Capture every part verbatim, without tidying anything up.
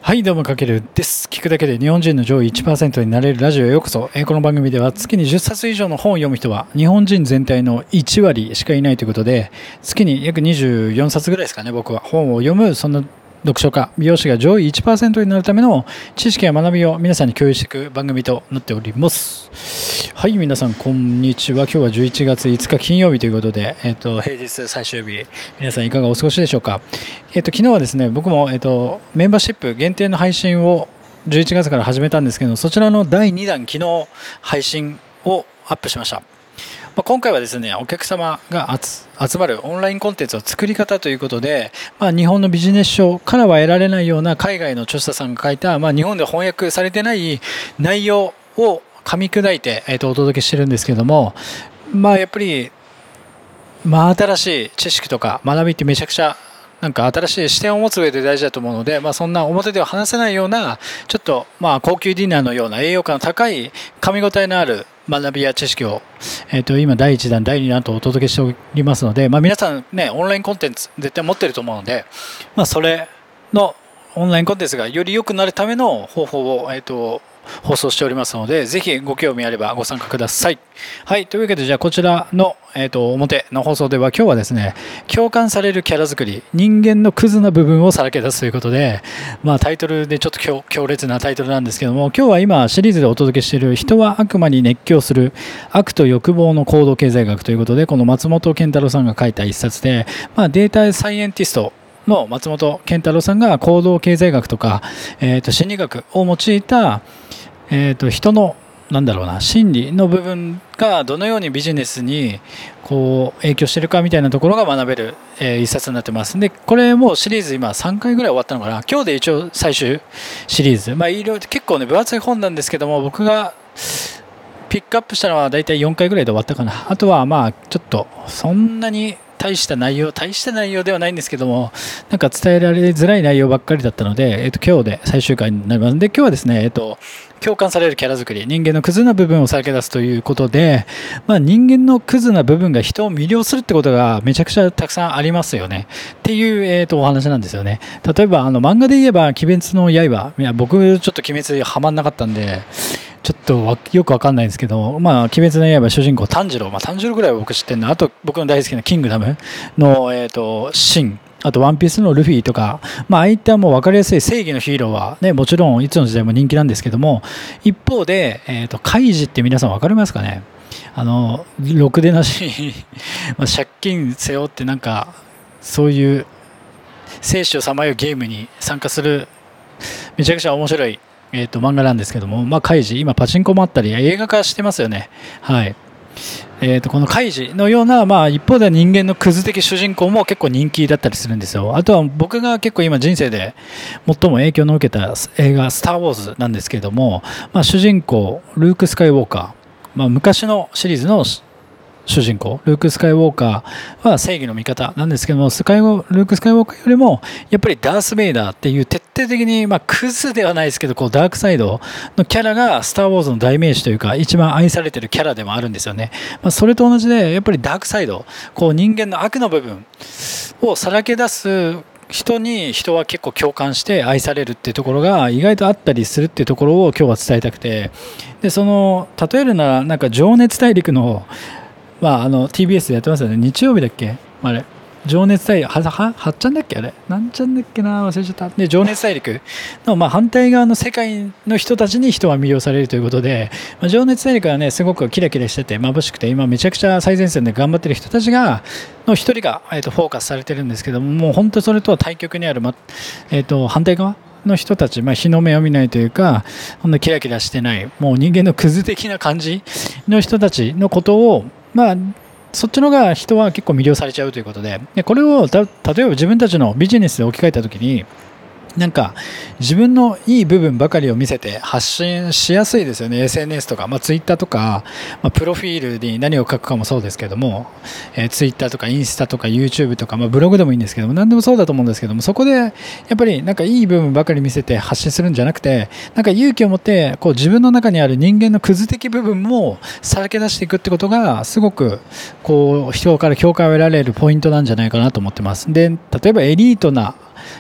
はい、どうも、かけるです。聞くだけで日本人の上位いちパーセントになれるラジオへようこそ。えーこの番組では月にじゅっさつ以上の本を読む人は日本人全体のいちわりしかいないということで、月に約にじゅうよんさつぐらいですかね、僕は本を読む、そんな読書家、美容師が上位いちパーセントになるための知識や学びを皆さんに共有していく番組となっております。はい、皆さん、こんにちは。今日はじゅういちがついつか金曜日ということで、えっと、平日最終日、皆さんいかがお過ごしでしょうか。えっと、昨日はですね、僕も、えっと、メンバーシップ限定の配信をじゅういちがつから始めたんですけど、そちらのだいにだん、昨日配信をアップしました。まあ、今回はですね、お客様が集まるオンラインコンテンツの作り方ということで、まあ、日本のビジネス書からは得られないような海外の著者さんが書いた、まあ、日本で翻訳されてない内容を噛み砕いて、えー、とお届けしてるんですけども、まあ、やっぱり、まあ、新しい知識とか学びってめちゃくちゃなんか新しい視点を持つ上で大事だと思うので、まあ、そんな表では話せないようなちょっとまあ高級ディナーのような栄養価の高い噛み応えのある学びや知識を、えー、と今だいいちだんだいにだんとお届けしておりますので、まあ、皆さんねオンラインコンテンツ絶対持ってると思うので、まあ、それのオンラインコンテンツがより良くなるための方法を、えー、と放送しておりますので、ぜひご興味あればご参加ください。はい、というわけで、じゃあこちらの、えー、と表の放送では今日はですね、共感されるキャラ作り、人間のクズな部分をさらけ出すということで、まあ、タイトルでちょっと 強, 強烈なタイトルなんですけども、今日は今シリーズでお届けしている人は悪魔に熱狂する悪と欲望の行動経済学ということで、この松本健太郎さんが書いた一冊で、まあ、データサイエンティストの松本健太郎さんが行動経済学とか、えー、と心理学を用いた、えー、と人のなんだろうな心理の部分がどのようにビジネスにこう影響しているかみたいなところが学べる、えー、一冊になってます。でこれもシリーズ今さんかいぐらい終わったのかな。今日で一応最終シリーズ、まあ、いろいろ結構ね分厚い本なんですけども、僕がピックアップしたのはだいたいよんかいぐらいで終わったかな。あとはまあちょっとそんなに大した内容大した内容ではないんですけども、なんか伝えられづらい内容ばっかりだったので、えっと、今日で最終回になりますので、今日はですね、えっと、共感されるキャラ作り、人間のクズな部分をさらけ出すということで、まあ、人間のクズな部分が人を魅了するってことがめちゃくちゃたくさんありますよねっていう、えっと、お話なんですよね。例えばあの漫画で言えば鬼滅の刃、いや僕ちょっと鬼滅はまんなかったんでちょっとよくわかんないんですけど、まあ、鬼滅の刃主人公炭治郎、まあ、炭治郎ぐらいは僕知ってるの。あと僕の大好きなキングダムの、えーと、シン、あとワンピースのルフィとか、まあ、ああいったもう分かりやすい正義のヒーローは、ね、もちろんいつの時代も人気なんですけども、一方で、えーと、カイジって皆さん分かりますかね。あのろくでなしまあ借金背負ってなんかそういう生死をさまようゲームに参加するめちゃくちゃ面白いえー、と漫画なんですけども、まあ、カイジ、今パチンコもあったり映画化してますよね。はい。えー、とこのカイジのような、まあ、一方では人間のクズ的主人公も結構人気だったりするんですよ。あとは僕が結構今人生で最も影響の受けた映画スター・ウォーズなんですけども、まあ、主人公ルーク・スカイウォーカー、まあ、昔のシリーズの主人公ルーク・スカイウォーカーは正義の味方なんですけども、スカイルーク・スカイウォーカーよりもやっぱりダース・ベイダーっていう徹底的に、まあ、クズではないですけどこうダークサイドのキャラがスター・ウォーズの代名詞というか一番愛されてるキャラでもあるんですよね。まあ、それと同じでやっぱりダークサイド、こう人間の悪の部分をさらけ出す人に人は結構共感して愛されるっていうところが意外とあったりするっていうところを今日は伝えたくて、でその例えるならなんか情熱大陸のまあ、あの ティービーエス でやってますよね。日曜日だっけあれ情熱大陸はははっちゃんだっけあれなんちゃんだっけな忘れちゃった。で情熱大陸の、まあ、反対側の世界の人たちに人は魅了されるということで、まあ、情熱大陸はねすごくキラキラしてて眩しくて今めちゃくちゃ最前線で頑張ってる人たちがの一人が、えー、とフォーカスされてるんですけども、もう本当それとは対極にある、まえー、と反対側の人たち、まあ、日の目を見ないというかほんとキラキラしてないもう人間のクズ的な感じの人たちのことをまあ、そっちのが人は結構魅了されちゃうということで、でこれをた例えば自分たちのビジネスで置き換えたときになんか自分のいい部分ばかりを見せて発信しやすいですよね。 エスエヌエス とか、まあ、Twitter とか、まあ、プロフィールに何を書くかもそうですけども、えー、Twitter とかインスタとか YouTube とか、まあ、ブログでもいいんですけども何でもそうだと思うんですけども、そこでやっぱりなんかいい部分ばかり見せて発信するんじゃなくて、なんか勇気を持ってこう自分の中にある人間のクズ的部分もさらけ出していくってことがすごくこう人から共感を得られるポイントなんじゃないかなと思ってます。で例えばエリートな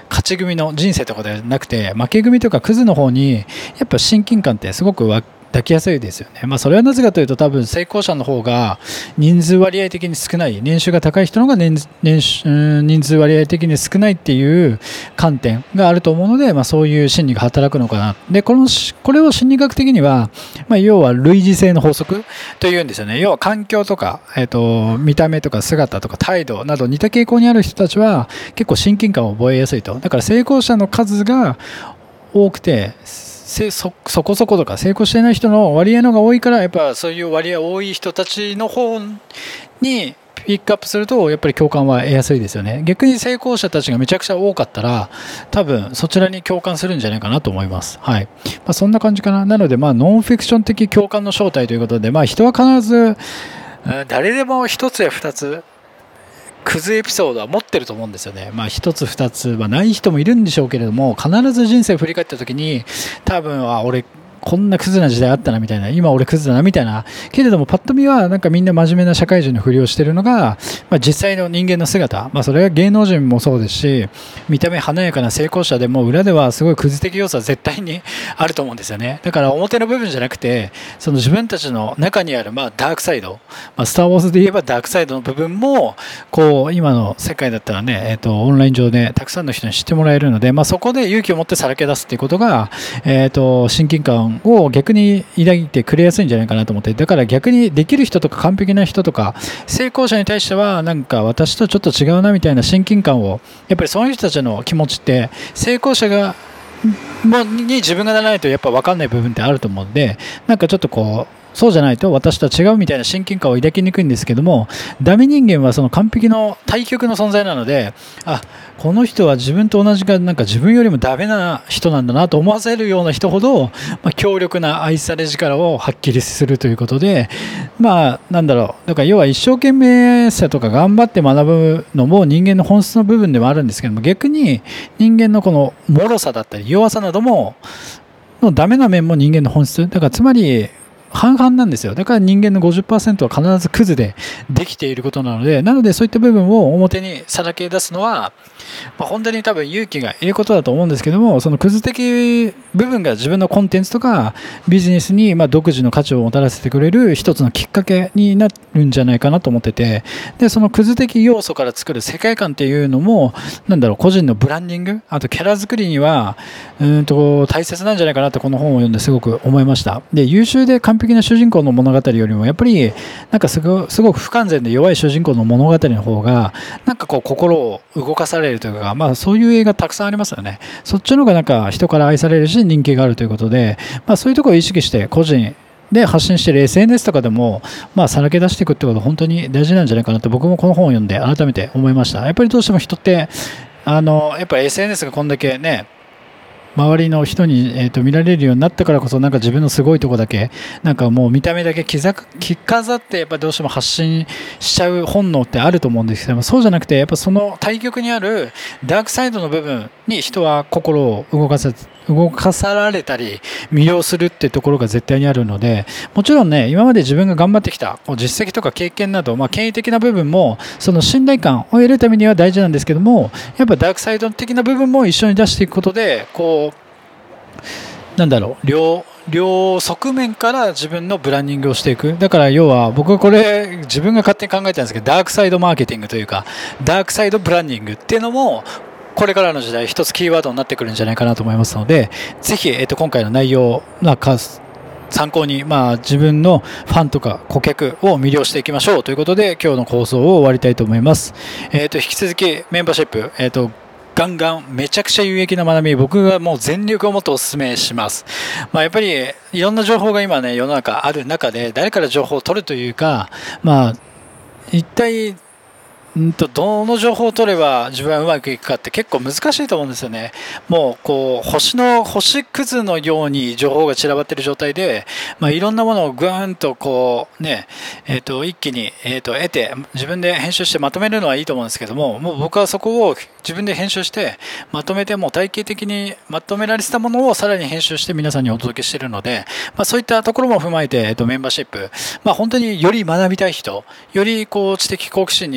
勝ち組の人生とかではなくて、負け組とかクズの方にやっぱ親近感ってすごく湧抱きやすいですよね。まあ、それはなぜかというと、多分成功者の方が人数割合的に少ない、年収が高い人の方が 年, 年収人数割合的に少ないっていう観点があると思うので、まあ、そういう心理が働くのかな。でこのこれを心理学的には、まあ、要は類似性の法則というんですよね。要は環境とか、えー、と見た目とか姿とか態度など似た傾向にある人たちは結構親近感を覚えやすいと。だから成功者の数が多くてそ, そこそことか成功していない人の割合の方が多いから、やっぱそういう割合多い人たちの方にピックアップするとやっぱり共感は得やすいですよね。逆に成功者たちがめちゃくちゃ多かったら多分そちらに共感するんじゃないかなと思います。はい。まあ、そんな感じかな。なのでまあノンフィクション的共感の正体ということで、まあ人は必ず誰でも一つや二つクズエピソードは持ってると思うんですよね。まあ一つ二つはない人もいるんでしょうけれども、必ず人生を振り返った時に多分あ俺こんなクズな時代あったなみたいな、今俺クズだなみたいな、けれどもパッと見はなんかみんな真面目な社会人のふりをしているのが、まあ、実際の人間の姿、まあ、それは芸能人もそうですし、見た目華やかな成功者でも裏ではすごいクズ的要素は絶対にあると思うんですよね。だから表の部分じゃなくて、その自分たちの中にあるまあダークサイド、まあ、スター・ウォーズで言えばダークサイドの部分もこう今の世界だったらね、えーと、オンライン上でたくさんの人に知ってもらえるので、まあ、そこで勇気を持ってさらけ出すっていうことが、えーと、親近感を逆に抱いてくれやすいんじゃないかなと思って、だから逆にできる人とか完璧な人とか成功者に対してはなんか私とちょっと違うなみたいな親近感を、やっぱりそういう人たちの気持ちって成功者がに自分がならないとやっぱ分かんない部分ってあると思うので、なんかちょっとこうそうじゃないと私とは違うみたいな親近感を抱きにくいんですけども、ダメ人間はその完璧の対極の存在なので、あ、この人は自分と同じか、なんか自分よりもダメな人なんだなと思わせるような人ほど、まあ、強力な愛され力を発揮するということで、まあなんだろう、だから要は一生懸命さとか頑張って学ぶのも人間の本質の部分でもあるんですけども、逆に人間のこの脆さだったり弱さなどものダメな面も人間の本質だから、つまり半々なんですよ。だから人間の ごじゅっパーセント は必ずクズでできていることなので、なのでそういった部分を表にさらけ出すのは、まあ、本当に多分勇気がいることだと思うんですけども、そのクズ的部分が自分のコンテンツとかビジネスにまあ独自の価値をもたらせてくれる一つのきっかけになるんじゃないかなと思ってて、でそのクズ的要素から作る世界観っていうのも、なんだろう、個人のブランディング、あとキャラ作りにはうんと大切なんじゃないかなとこの本を読んですごく思いました。で優秀で完璧な主人公の物語よりもやっぱりなんかすごすごく不完全で弱い主人公の物語の方がなんかこう心を動かされるというか、まあそういう映画たくさんありますよね。そっちの方がなんか人から愛されるし人気があるということで、まあそういうところを意識して個人で発信している エスエヌエス とかでもまあさらけ出していくってことは本当に大事なんじゃないかなと僕もこの本を読んで改めて思いました。やっぱりどうしても人ってあのやっぱり エスエヌエス がこんだけね周りの人に、えー、と見られるようになったからこそ、なんか自分のすごいとこだけなんかもう見た目だけ着飾ってやっぱどうしても発信しちゃう本能ってあると思うんですけども、そうじゃなくてやっぱその対極にあるダークサイドの部分に人は心を動かさ動かされたり魅了するってところが絶対にあるので、もちろんね今まで自分が頑張ってきた実績とか経験など、まあ、権威的な部分もその信頼感を得るためには大事なんですけども、やっぱダークサイド的な部分も一緒に出していくことでこうなんだろう、両両側面から自分のブランディングをしていく。だから要は僕はこれ自分が勝手に考えたんですけど、ダークサイドマーケティングというかダークサイドブランディングっていうのもこれからの時代一つキーワードになってくるんじゃないかなと思いますので、ぜひ、えっと、今回の内容なんか参考に、まあ、自分のファンとか顧客を魅了していきましょうということで今日の放送を終わりたいと思います。えっと、引き続きメンバーシップ、えっとガンガンめちゃくちゃ有益な学び、僕がもう全力をもってお勧めします。まあ、やっぱりいろんな情報が今ね世の中ある中で誰から情報を取るというか、まあ一体んとどの情報を取れば自分はうまくいくかって結構難しいと思うんですよね。もうこう星の星屑のように情報が散らばっている状態で、まあ、いろんなものをぐーんとこうね、えー、と一気に、えー、と得て自分で編集してまとめるのはいいと思うんですけども、もう僕はそこを自分で編集してまとめてもう体系的にまとめられてたものをさらに編集して皆さんにお届けしているので、まあ、そういったところも踏まえて、えー、とメンバーシップ、まあ、本当により学びたい人、よりこう知的好奇心に飢えている人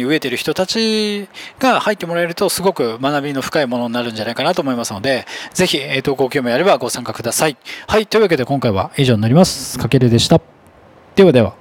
人たちが入ってもらえるとすごく学びの深いものになるんじゃないかなと思いますので、ぜひ、えーと、ご興味あればご参加ください。はい、というわけで今回は以上になります。かけるでした。ではでは。